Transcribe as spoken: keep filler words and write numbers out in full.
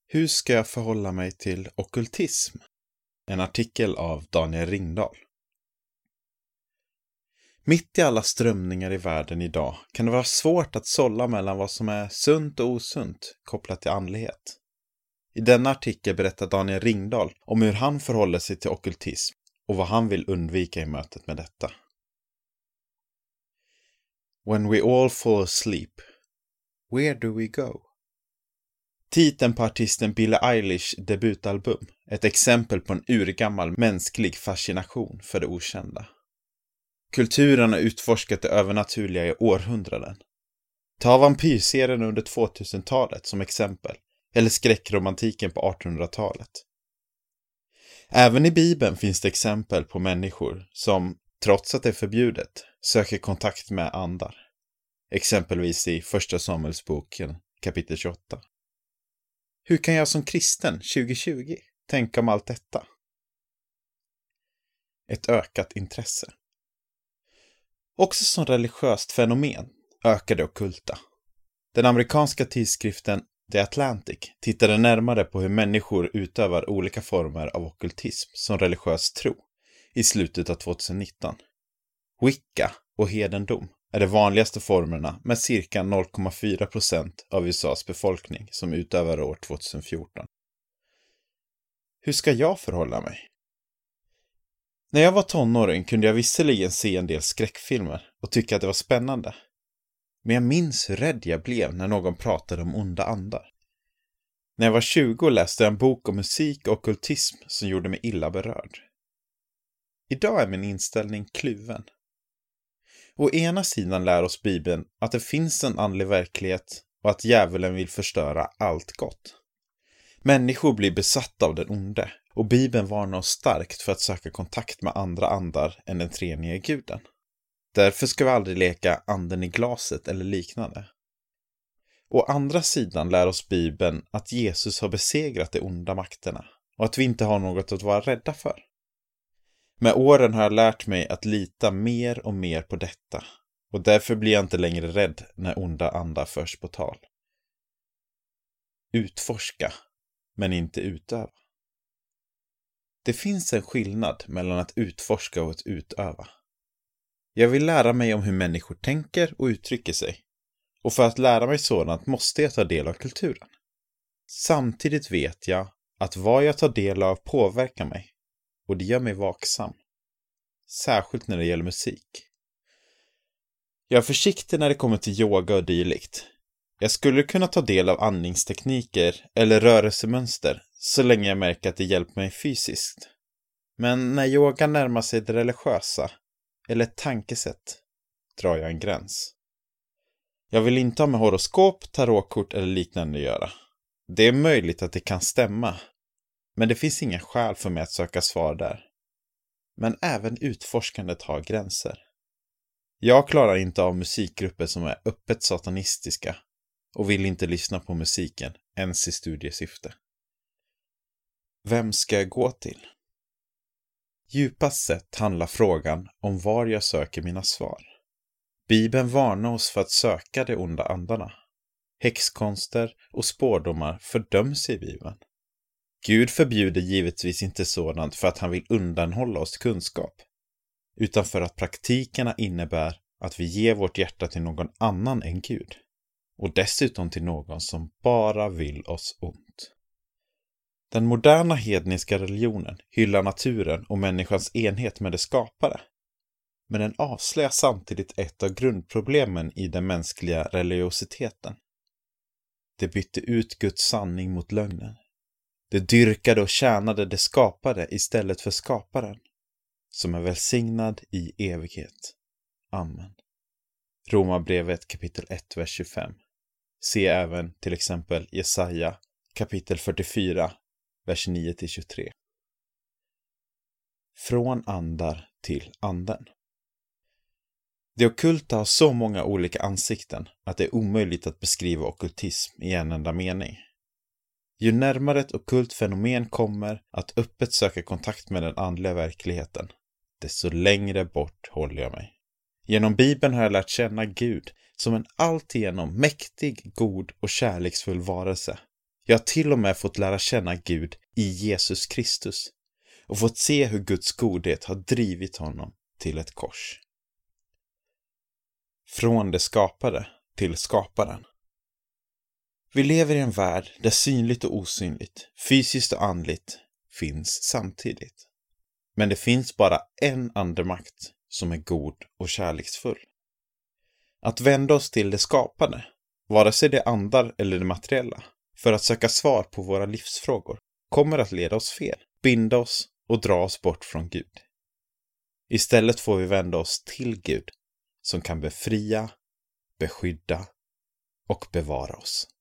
Hur ska jag förhålla mig till ockultism? En artikel av Daniel Ringdahl. Mitt i alla strömningar i världen idag kan det vara svårt att sålla mellan vad som är sunt och osunt kopplat till andlighet. I denna artikel berättar Daniel Ringdahl om hur han förhåller sig till ockultism och vad han vill undvika i mötet med detta. When we all fall asleep, where do we go? Titeln på artisten Billie Eilish debutalbum är ett exempel på en urgammal mänsklig fascination för det okända. Kulturen har utforskat det övernaturliga i århundraden. Ta vampyrserien under tvåtusentalet som exempel, eller skräckromantiken på artonhundratalet. Även i Bibeln finns det exempel på människor som, trots att det är förbjudet, söker kontakt med andar. Exempelvis i Första Samuelsboken kapitel tjugoåtta. Hur kan jag som kristen tjugohundratjugo tänka om allt detta? Ett ökat intresse. Också som religiöst fenomen ökar det ockulta. Den amerikanska tidskriften The Atlantic tittade närmare på hur människor utövar olika former av ockultism som religiös tro i slutet av tjugonitton. Wicca och hedendom är de vanligaste formerna med cirka noll komma fyra procent av U S A:s befolkning som utövar år tjugohundrafjorton. Hur ska jag förhålla mig? När jag var tonåring kunde jag visserligen se en del skräckfilmer och tycka att det var spännande. Men jag minns hur rädd jag blev när någon pratade om onda andar. När jag var tjugo läste jag en bok om musik och ockultism som gjorde mig illa berörd. Idag är min inställning kluven. Å ena sidan lär oss Bibeln att det finns en andlig verklighet och att djävulen vill förstöra allt gott. Människor blir besatta av den onde och Bibeln varnar oss starkt för att söka kontakt med andra andar än den treenige guden. Därför ska vi aldrig leka anden i glaset eller liknande. Å andra sidan lär oss Bibeln att Jesus har besegrat de onda makterna och att vi inte har något att vara rädda för. Med åren har jag lärt mig att lita mer och mer på detta och därför blir jag inte längre rädd när onda andar förs på tal. Utforska, men inte utöva. Det finns en skillnad mellan att utforska och att utöva. Jag vill lära mig om hur människor tänker och uttrycker sig. Och för att lära mig sådant måste jag ta del av kulturen. Samtidigt vet jag att vad jag tar del av påverkar mig. Och det gör mig vaksam. Särskilt när det gäller musik. Jag är försiktig när det kommer till yoga och dylikt. Jag skulle kunna ta del av andningstekniker eller rörelsemönster så länge jag märker att det hjälper mig fysiskt. Men när yoga närmar sig det religiösa eller ett tankesätt drar jag en gräns. Jag vill inte ha med horoskop, tarotkort eller liknande att göra. Det är möjligt att det kan stämma, men det finns inga skäl för mig att söka svar där. Men även utforskandet har gränser. Jag klarar inte av musikgrupper som är öppet satanistiska och vill inte lyssna på musiken ens i studiesyfte. Vem ska jag gå till? Djupast sett handlar frågan om var jag söker mina svar. Bibeln varnar oss för att söka de onda andarna. Häxkonster och spårdomar fördöms i Bibeln. Gud förbjuder givetvis inte sådant för att han vill undanhålla oss kunskap, utan för att praktikerna innebär att vi ger vårt hjärta till någon annan än Gud, och dessutom till någon som bara vill oss ont. Den moderna hedniska religionen hyllar naturen och människans enhet med det skapare, men den avslöjar samtidigt ett av grundproblemen i den mänskliga religiositeten. Det bytte ut Guds sanning mot lögnen. Det dyrkade och tjänade det skapade istället för skaparen, som är välsignad i evighet. Amen. Romarbrevet kapitel ett, vers tjugofem. Se även till exempel Jesaja kapitel fyrtiofyra, vers nio till tjugotre. Från andar till anden. Det ockulta har så många olika ansikten att det är omöjligt att beskriva ockultism i en enda mening. Ju närmare ett ockult fenomen kommer att öppet söka kontakt med den andliga verkligheten, desto längre bort håller jag mig. Genom Bibeln har jag lärt känna Gud som en alltigenom mäktig, god och kärleksfull varelse. Jag har till och med fått lära känna Gud i Jesus Kristus och fått se hur Guds godhet har drivit honom till ett kors. Från det skapade till skaparen. Vi lever i en värld där synligt och osynligt, fysiskt och andligt finns samtidigt. Men det finns bara en andemakt som är god och kärleksfull. Att vända oss till det skapade, vare sig det andar eller det materiella, för att söka svar på våra livsfrågor, kommer att leda oss fel, binda oss och dra oss bort från Gud. Istället får vi vända oss till Gud, som kan befria, beskydda och bevara oss.